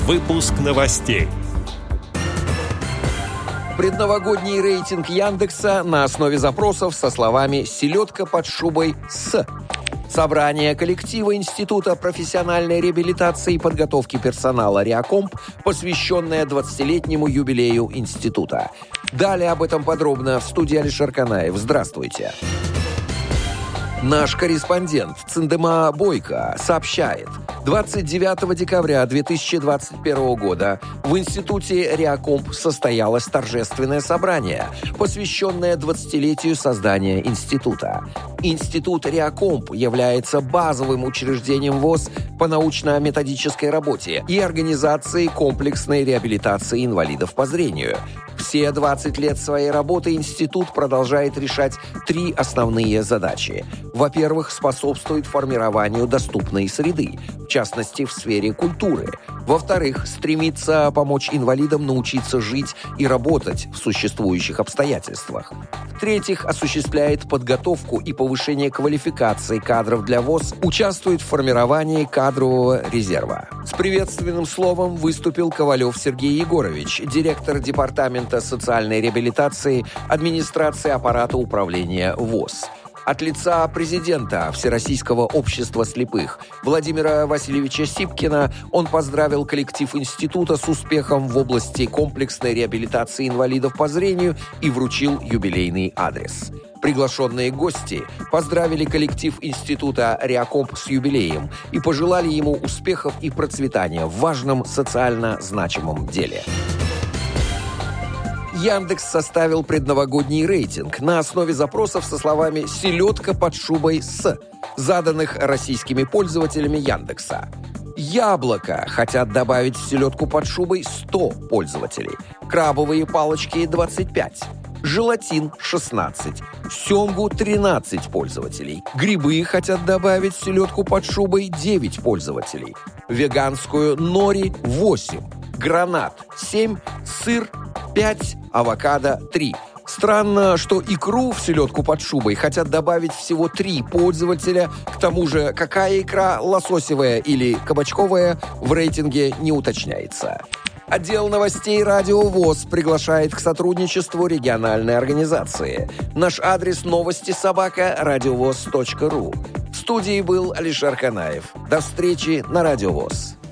Выпуск новостей. Предновогодний рейтинг Яндекса на основе запросов со словами «селедка под шубой с». Собрание коллектива Института профессиональной реабилитации и подготовки персонала «Реакомп», посвященное 20-летнему юбилею института. Далее об этом подробно в студии Алишер Канаев. Здравствуйте. Наш корреспондент Циндема Бойко сообщает, 29 декабря 2021 года в Институте «Реакомп» состоялось торжественное собрание, посвященное 20-летию создания института. Институт «Реакомп» является базовым учреждением ВОС по научно-методической работе и организации комплексной реабилитации инвалидов по зрению. Все 20 лет своей работы институт продолжает решать три основные задачи. Во-первых, способствует формированию доступной среды, в частности, в сфере культуры. Во-вторых, стремится помочь инвалидам научиться жить и работать в существующих обстоятельствах. В-третьих, осуществляет подготовку и повышение квалификации кадров для ВОС, участвует в формировании кадрового резерва. С приветственным словом выступил Ковалев Сергей Егорович, директор Департамента социальной реабилитации администрации аппарата управления ВОС. От лица президента Всероссийского общества слепых Владимира Васильевича Сипкина он поздравил коллектив института с успехом в области комплексной реабилитации инвалидов по зрению и вручил юбилейный адрес. Приглашенные гости поздравили коллектив института «Реакомп» с юбилеем и пожелали ему успехов и процветания в важном социально значимом деле. Яндекс составил предновогодний рейтинг на основе запросов со словами «селедка под шубой с», заданных российскими пользователями Яндекса. Яблоко хотят добавить в селедку под шубой 100 пользователей, крабовые палочки – 25, желатин – 16, семгу – 13 пользователей, грибы хотят добавить в селедку под шубой 9 пользователей, веганскую нори – 8, гранат – 7, сыр – 5, авокадо – 3. Странно, что икру в селедку под шубой хотят добавить всего 3 пользователя. К тому же, какая икра, лососевая или кабачковая, в рейтинге не уточняется. Отдел новостей «Радио ВОС» приглашает к сотрудничеству региональной организации. Наш адрес новости@радиовоз.ру. В студии был Алишер Канаев. До встречи на «Радио ВОС».